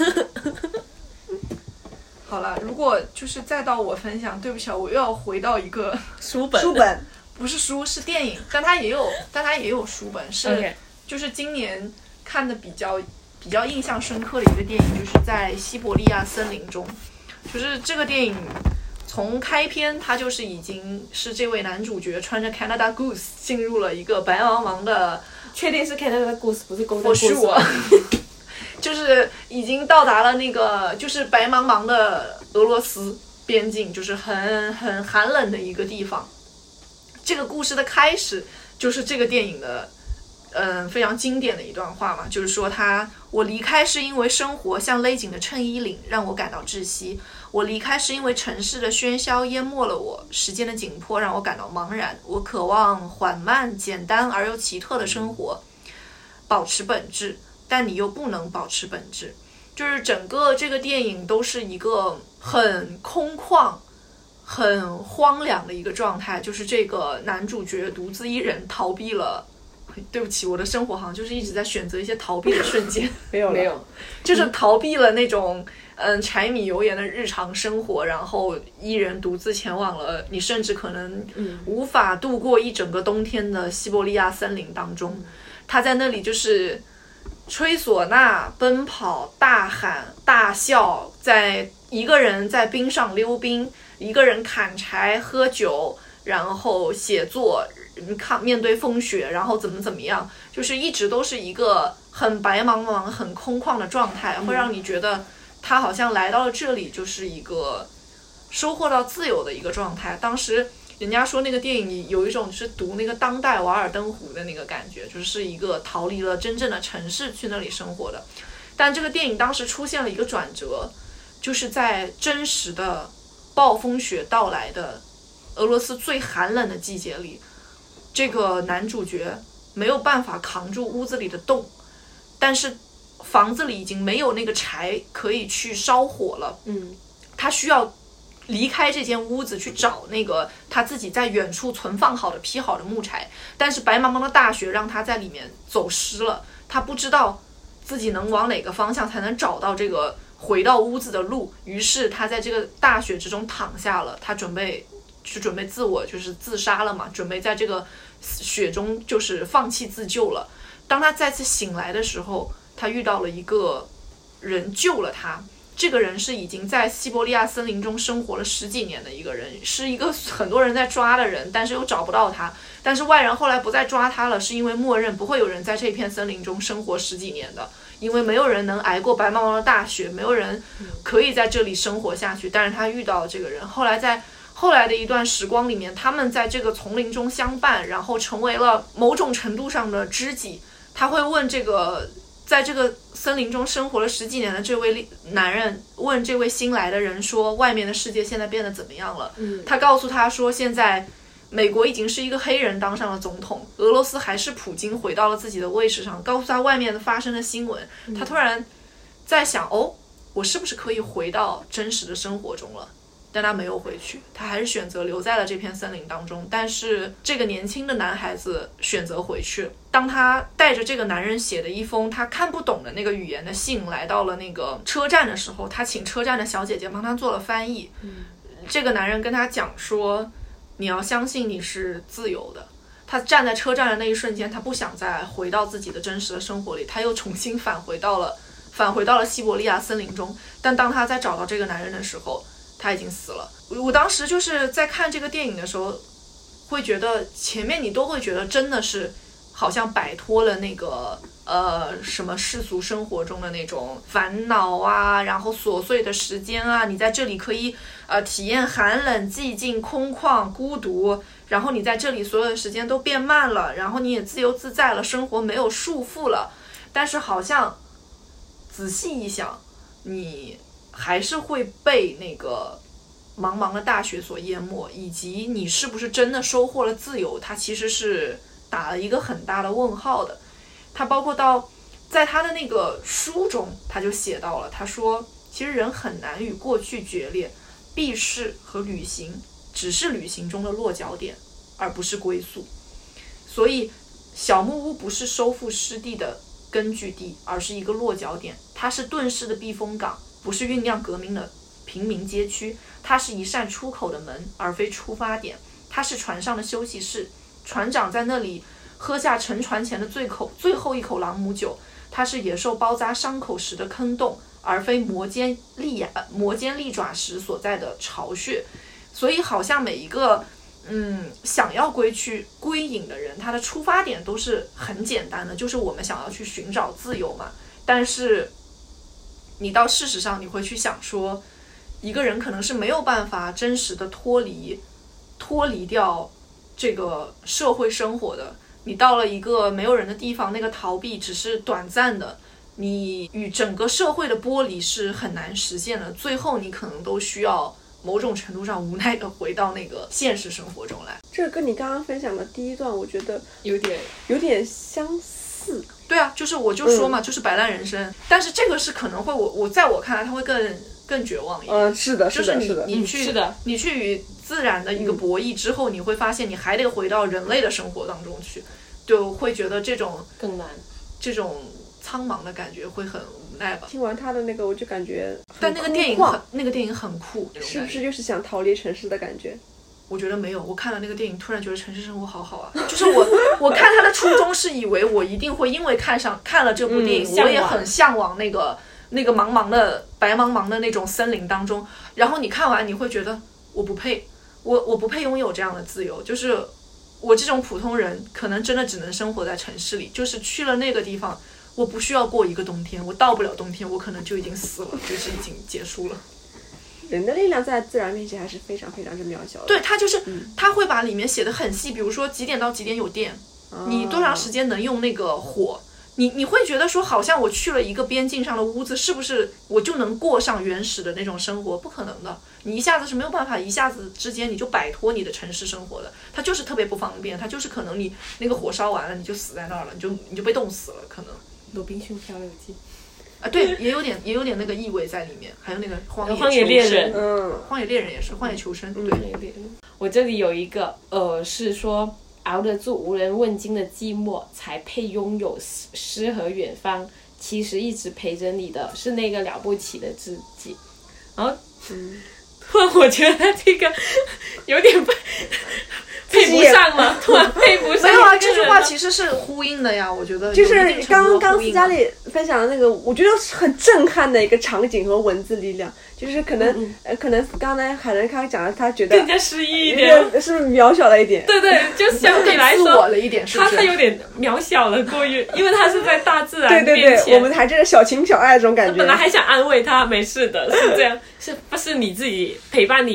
好了，如果就是再到我分享，对不起，我又要回到一个书本， 不是书，是电影，但它也有书本，是就是今年看的比较印象深刻的一个电影，就是在西伯利亚森林中，就是这个电影从开篇，它就是已经是这位男主角穿着 Canada Goose 进入了一个白茫茫的， 确定是 Canada Goose 不是 Golden Goose。 就是已经到达了那个就是白茫茫的俄罗斯边境，就是很寒冷的一个地方。这个故事的开始就是这个电影的非常经典的一段话嘛，就是说我离开是因为生活像勒紧的衬衣领让我感到窒息，我离开是因为城市的喧嚣淹没了我，时间的紧迫让我感到茫然，我渴望缓慢简单而又奇特的生活，保持本质，但你又不能保持本质。就是整个这个电影都是一个很空旷很荒凉的一个状态，就是这个男主角独自一人逃避了，对不起，我的生活好像就是一直在选择一些逃避的瞬间没有， 就是逃避了那种柴米油盐的日常生活，然后一人独自前往了你甚至可能无法度过一整个冬天的西伯利亚森林当中。他在那里就是吹唢呐、奔跑、大喊、大笑，在一个人在冰上溜冰，一个人砍柴、喝酒，然后写作，面对风雪，然后怎么样，就是一直都是一个很白茫茫、很空旷的状态，会让你觉得他好像来到了这里就是一个收获到自由的一个状态。当时人家说那个电影有一种就是读那个当代瓦尔登湖的那个感觉，就是一个逃离了真正的城市去那里生活的。但这个电影当时出现了一个转折，就是在真实的暴风雪到来的俄罗斯最寒冷的季节里，这个男主角没有办法扛住屋子里的冻，但是房子里已经没有那个柴可以去烧火了，他需要离开这间屋子去找那个他自己在远处存放好的劈好的木柴，但是白茫茫的大雪让他在里面走失了，他不知道自己能往哪个方向才能找到这个回到屋子的路，于是他在这个大雪之中躺下了，他准备自我就是自杀了嘛，准备在这个雪中就是放弃自救了。当他再次醒来的时候，他遇到了一个人救了他，这个人是已经在西伯利亚森林中生活了10几年的一个人，是一个很多人在抓的人，但是又找不到他，但是外人后来不再抓他了，是因为默认不会有人在这片森林中生活10几年的，因为没有人能挨过白茫茫的大雪，没有人可以在这里生活下去。但是他遇到这个人，后来在后来的一段时光里面，他们在这个丛林中相伴，然后成为了某种程度上的知己。他会问这个在这个森林中生活了10几年的这位男人，问这位新来的人说外面的世界现在变得怎么样了。他告诉他说现在美国已经是一个黑人当上了总统，俄罗斯还是普京回到了自己的位置上，告诉他外面发生的新闻。他突然在想，我是不是可以回到真实的生活中了？ 但他没有回去，他还是选择留在了这片森林当中。但是这个年轻的男孩子选择回去，当他带着这个男人写的一封他看不懂的那个语言的信来到了那个车站的时候，他请车站的小姐姐帮他做了翻译。这个男人跟他讲说，你要相信你是自由的。他站在车站的那一瞬间，他不想再回到自己的真实的生活里，他又重新返回到了西伯利亚森林中。但当他在找到这个男人的时候，他已经死了。我当时就是在看这个电影的时候，会觉得前面你都会觉得真的是好像摆脱了那个什么世俗生活中的那种烦恼啊，然后琐碎的时间啊，你在这里可以体验寒冷、寂静、空旷、孤独，然后你在这里所有的时间都变慢了，然后你也自由自在了，生活没有束缚了。但是好像仔细一想，你还是会被那个茫茫的大雪所淹没，以及你是不是真的收获了自由，它其实是打了一个很大的问号的。他包括到在他的那个书中，他就写到了，他说其实人很难与过去决裂，避世和旅行只是旅行中的落脚点，而不是归宿。所以小木屋不是收复失地的根据地，而是一个落脚点，它是遁世的避风港，不是酝酿革命的平民街区，它是一扇出口的门，而非出发点。它是船上的休息室，船长在那里喝下沉船前的最后一口朗姆酒。它是野兽包扎伤口时的坑洞，而非魔尖利爪时所在的巢穴。所以好像每一个想要归隐的人，他的出发点都是很简单的，就是我们想要去寻找自由嘛。但是你到事实上你会去想说，一个人可能是没有办法真实的脱离掉这个社会生活的。你到了一个没有人的地方，那个逃避只是短暂的，你与整个社会的剥离是很难实现的，最后你可能都需要某种程度上无奈的回到那个现实生活中来。 这个跟你刚刚分享的第一段我觉得有点相似。 对啊，就是我就说嘛，就是摆烂人生。但是这个是可能会我在我看来它会更绝望一点。 是的， 就是你去与自然的一个博弈之后，你会发现你还得回到人类的生活当中去，就会觉得这种更难， 这种苍茫的感觉会很无奈吧。 听完他的那个我就感觉但那个电影很酷， 是不是就是想逃离城市的感觉？ 我觉得没有，我看了那个电影突然觉得城市生活好好啊。就是我看他的初衷是以为我一定会因为看了这部电影，我也很向往那个茫茫的白茫茫的那种森林当中，然后你看完你会觉得我不配，我不配拥有这样的自由，就是我这种普通人可能真的只能生活在城市里，就是去了那个地方，我不需要过一个冬天，我到不了冬天，我可能就已经死了，就是已经结束了。 人的力量在自然面前还是非常非常之渺小的。 对，他就是他会把里面写得很细，比如说几点到几点有电，你多长时间能用那个火，你会觉得说好像我去了一个边境上的屋子，是不是我就能过上原始的那种生活？不可能的，你一下子是没有办法一下子之间你就摆脱你的城市生活的，它就是特别不方便，它就是可能你那个火烧完了你就死在那儿了，你就被冻死了，可能。 鲁滨逊漂流记啊，对，也有点那个意味在里面，还有那个荒野猎人， 荒野猎人也是荒野求生，对。 我这里有一个是说熬得住无人问津的寂寞，才配拥有诗和远方。其实一直陪着你的是那个了不起的自己。然后，突然我觉得这个有点配不上了，突然配不上。 没有啊，这句话其实是呼应的呀，我觉得就是刚刚斯嘉丽分享的那个，我觉得很震撼的一个场景和文字力量，就是可能刚才海伦刚讲的，他觉得更加诗意一点， 是不是渺小了一点？ 对对，就相比来说， 自我了一点，是不是？ 他有点渺小了，过于，因为他是在大自然面前， 对对对，我们还真是小情小爱这种感觉。 本来还想安慰他，没事的，是这样，是不是你自己陪伴你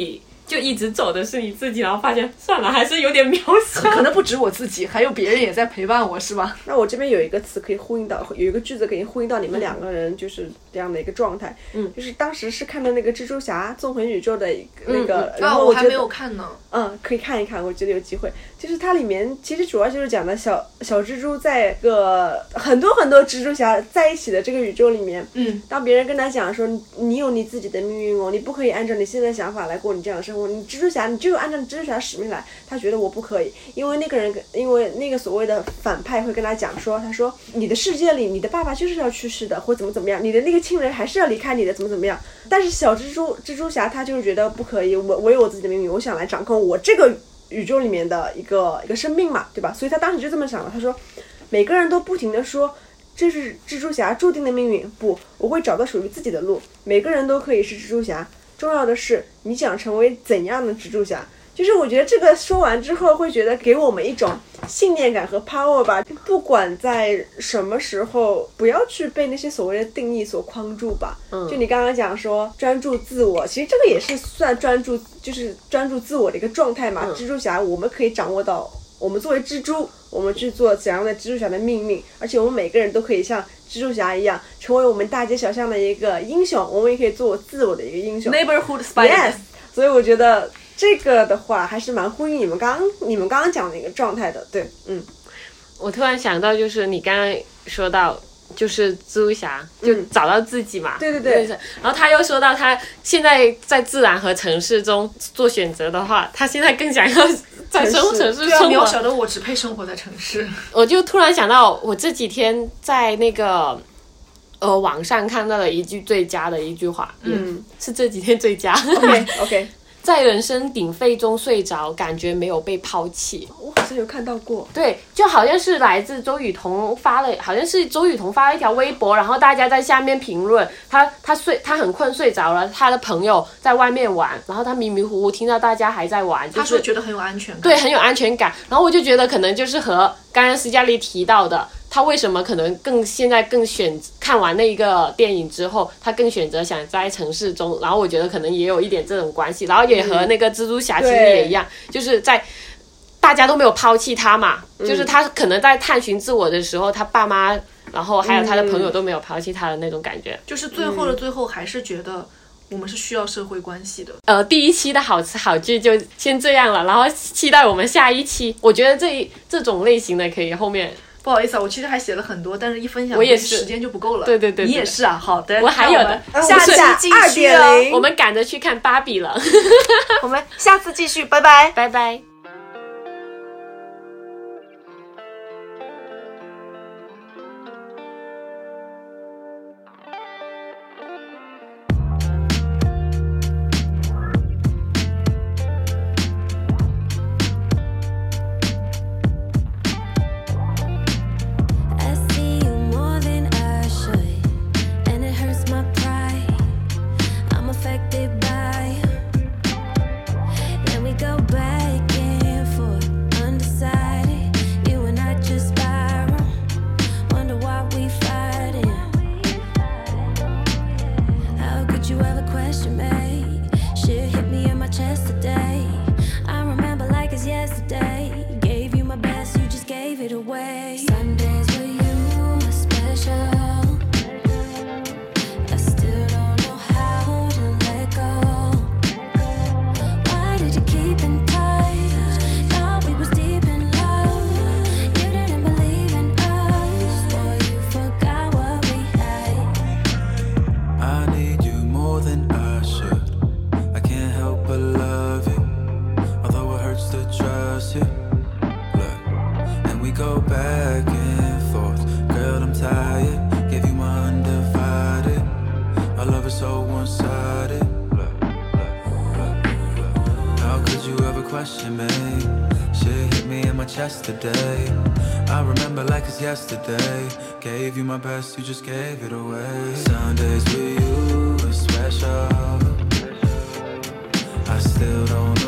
就一直走的是你自己，然后发现算了，还是有点渺小。 可能不止我自己，还有别人也在陪伴我，是吧？ 那我这边有一个词可以呼应到，有一个句子可以呼应到你们两个人就是这样的一个状态。就是当时是看的那个蜘蛛侠纵横宇宙的那个，然后我还没有看呢。 可以看一看，我觉得有机会。就是它里面其实主要就是讲的小蜘蛛在个很多很多蜘蛛侠在一起的这个宇宙里面，当别人跟他讲说你有你自己的命运哦，你不可以按照你现在的想法来过你这样的生活，你蜘蛛侠你就按照蜘蛛侠的使命来。他觉得我不可以，因为那个所谓的反派会跟他讲说，他说你的世界里你的爸爸就是要去世的，或怎么样，你的那个亲人还是要离开你的，怎么样。但是小蜘蛛侠他就是觉得不可以，我有我自己的命运，我想来掌控我这个宇宙里面的一个生命嘛，对吧？所以他当时就这么想了，他说每个人都不停的说这是蜘蛛侠注定的命运，不，我会找到属于自己的路，每个人都可以是蜘蛛侠，重要的是你想成为怎样的蜘蛛侠。就是我觉得这个说完之后会觉得给我们一种信念感和 power 吧，不管在什么时候不要去被那些所谓的定义所框住吧。就你刚刚讲说专注自我，其实这个也是算专注，就是专注自我的一个状态嘛。蜘蛛侠我们可以掌握到，我们作为蜘蛛，我们去做怎样的蜘蛛侠的命运，而且我们每个人都可以像蜘蛛侠一样成为我们大街小巷的一个英雄，我们也可以做自我的一个英雄 Neighborhood Spider-Man。 Yes， 所以我觉得这个的话还是蛮呼应你们刚刚讲的一个状态的。对， 我突然想到，就是你刚刚说到就是蜘蛛侠就找到自己嘛， 对， 然后他又说到他现在在自然和城市中做选择的话，他现在更想要在城市生活。 渺小的我只配生活在城市。 我就突然想到，我这几天在那个网上看到了一句最佳的一句话，是这几天最佳。 OK 在人声鼎沸中睡着，感觉没有被抛弃。 我好像有看到过。 对，就好像是来自周雨彤发了一条微博，然后大家在下面评论，他很困睡着了，他的朋友在外面玩，然后他迷迷糊糊听到大家还在玩， 他说觉得很有安全感。 对，很有安全感。然后我就觉得可能就是和刚刚斯嘉丽提到的，他为什么可能现在更看完那一个电影之后，他更选择想在城市中，然后我觉得可能也有一点这种关系，然后也和那个蜘蛛侠其实也一样，就是在大家都没有抛弃他嘛，就是他可能在探寻自我的时候，他爸妈然后还有他的朋友都没有抛弃他的那种感觉， 就是最后的最后还是觉得我们是需要社会关系的。 第一期的好词好句就先这样了，然后期待我们下一期。我觉得这种类型的可以后面。 不好意思啊，我其实还写了很多，但是一分享我也是时间就不够了。 对， 你也是啊。好的， 我还有的， 下次继续哦。 我们赶着去看芭比了。 我们下次继续，拜拜， 拜拜。 Today, I remember like it's yesterday. Gave you my best, you just gave it away. Sundays with you are special. I still don't know